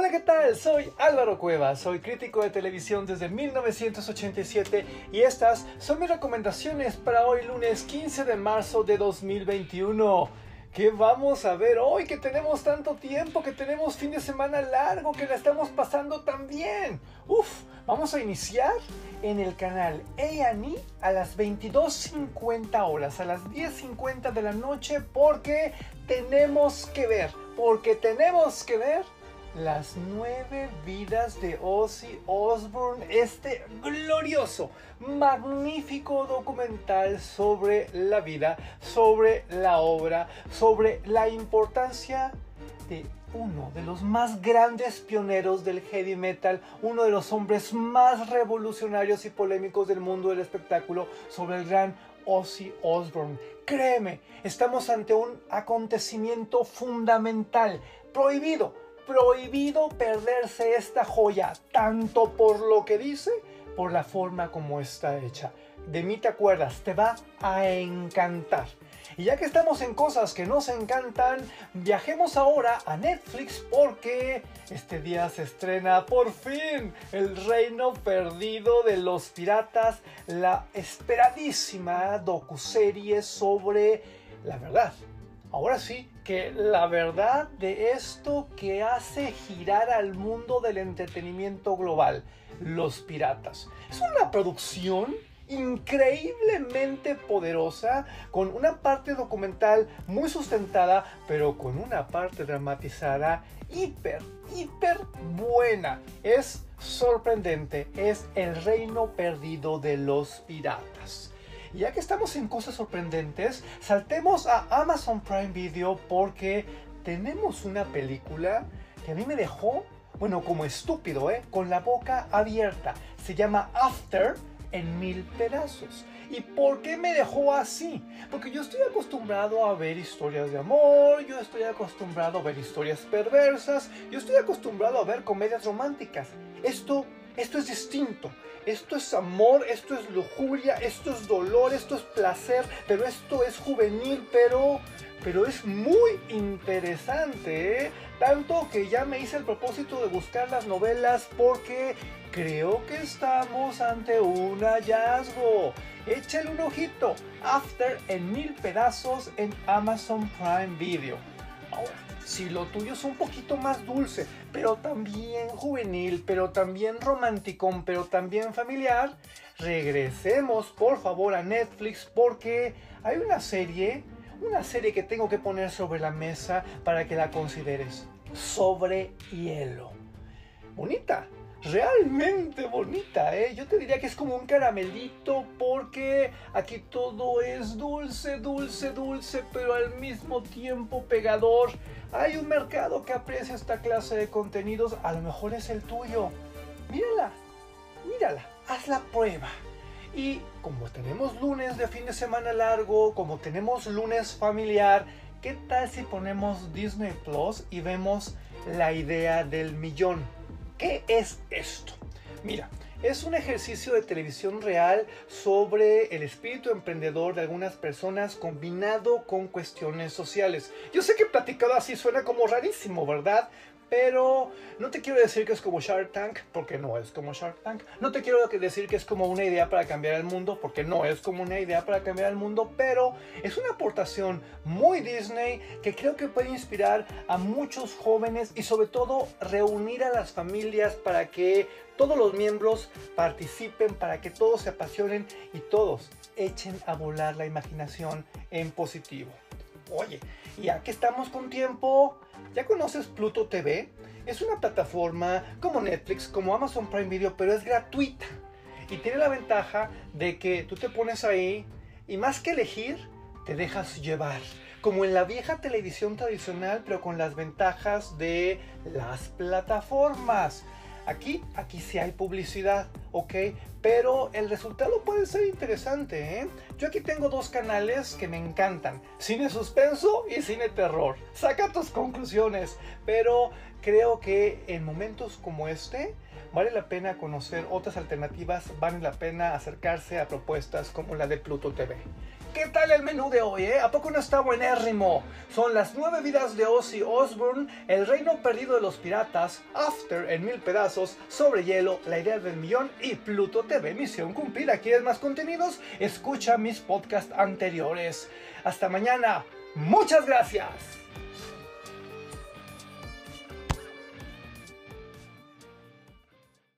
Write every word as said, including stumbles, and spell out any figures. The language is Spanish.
Hola, ¿qué tal? Soy Álvaro Cuevas, soy crítico de televisión desde mil novecientos ochenta y siete y estas son mis recomendaciones para hoy lunes quince de marzo de dos mil veintiuno. ¿Qué vamos a ver hoy? Que tenemos tanto tiempo, que tenemos fin de semana largo, que la estamos pasando tan bien. Uf, vamos a iniciar en el canal A and E a las veintidós cincuenta horas, a las diez cincuenta de la noche, porque tenemos que ver, porque tenemos que ver Las nueve vidas de Ozzy Osbourne, este glorioso, magnífico documental sobre la vida, sobre la obra, sobre la importancia de uno de los más grandes pioneros del heavy metal, uno de los hombres más revolucionarios y polémicos del mundo del espectáculo, sobre el gran Ozzy Osbourne. Créeme, estamos ante un acontecimiento fundamental, prohibido. Prohibido perderse esta joya, tanto por lo que dice, por la forma como está hecha. De mí te acuerdas, te va a encantar. Y ya que estamos en cosas que nos encantan, viajemos ahora a Netflix porque este día se estrena por fin El Reino Perdido de los Piratas, la esperadísima docuserie sobre la verdad. Ahora sí, que la verdad de esto que hace girar al mundo del entretenimiento global, los piratas. Es una producción increíblemente poderosa, con una parte documental muy sustentada, pero con una parte dramatizada hiper, hiper buena. Es sorprendente, es El Reino Perdido de los Piratas. Y ya que estamos en cosas sorprendentes, saltemos a Amazon Prime Video porque tenemos una película que a mí me dejó, bueno, como estúpido, ¿eh? Con la boca abierta. Se llama After en mil pedazos. ¿Y por qué me dejó así? Porque yo estoy acostumbrado a ver historias de amor, yo estoy acostumbrado a ver historias perversas, yo estoy acostumbrado a ver comedias románticas. Esto, esto es distinto. Esto es amor, esto es lujuria, esto es dolor, esto es placer, pero esto es juvenil, pero, pero es muy interesante, ¿eh? Tanto que ya me hice el propósito de buscar las novelas porque creo que estamos ante un hallazgo. Échale un ojito. After en mil pedazos en Amazon Prime Video. Ahora, si lo tuyo es un poquito más dulce, pero también juvenil, pero también romanticón, pero también familiar, regresemos por favor a Netflix porque hay una serie, una serie que tengo que poner sobre la mesa para que la consideres. Sobre hielo. Bonita. Realmente bonita, ¿eh? Yo te diría que es como un caramelito porque aquí todo es dulce, dulce, dulce, pero al mismo tiempo pegador. Hay un mercado que aprecia esta clase de contenidos, a lo mejor es el tuyo. Mírala, mírala, haz la prueba. Y como tenemos lunes de fin de semana largo, como tenemos lunes familiar, ¿qué tal si ponemos Disney Plus y vemos La Idea del Millón? ¿Qué es esto? Mira, es un ejercicio de televisión real sobre el espíritu emprendedor de algunas personas combinado con cuestiones sociales. Yo sé que platicado así suena como rarísimo, ¿verdad? Pero no te quiero decir que es como Shark Tank, porque no es como Shark Tank. No te quiero decir que es como una idea para cambiar el mundo, porque no es como una idea para cambiar el mundo. Pero es una aportación muy Disney que creo que puede inspirar a muchos jóvenes y sobre todo reunir a las familias para que todos los miembros participen, para que todos se apasionen y todos echen a volar la imaginación en positivo. Oye, ya que estamos con tiempo, ¿ya conoces Pluto T V? Es una plataforma como Netflix, como Amazon Prime Video, pero es gratuita. Y tiene la ventaja de que tú te pones ahí y más que elegir, te dejas llevar. Como en la vieja televisión tradicional, pero con las ventajas de las plataformas. Aquí, aquí sí hay publicidad, ¿ok? Pero el resultado puede ser interesante, ¿eh? Yo aquí tengo dos canales que me encantan. Cine suspenso y cine terror. Saca tus conclusiones. Pero creo que en momentos como este, vale la pena conocer otras alternativas. Vale la pena acercarse a propuestas como la de Pluto T V. ¿Qué tal el menú de hoy, eh? ¿A poco no está buenérrimo? Son las nueve vidas de Ozzy Osbourne, El reino perdido de los piratas, After en mil pedazos, Sobre hielo, La idea del millón y Pluto T V. Misión cumplida. ¿Quieres más contenidos? Escucha mis podcasts anteriores. Hasta mañana. Muchas gracias.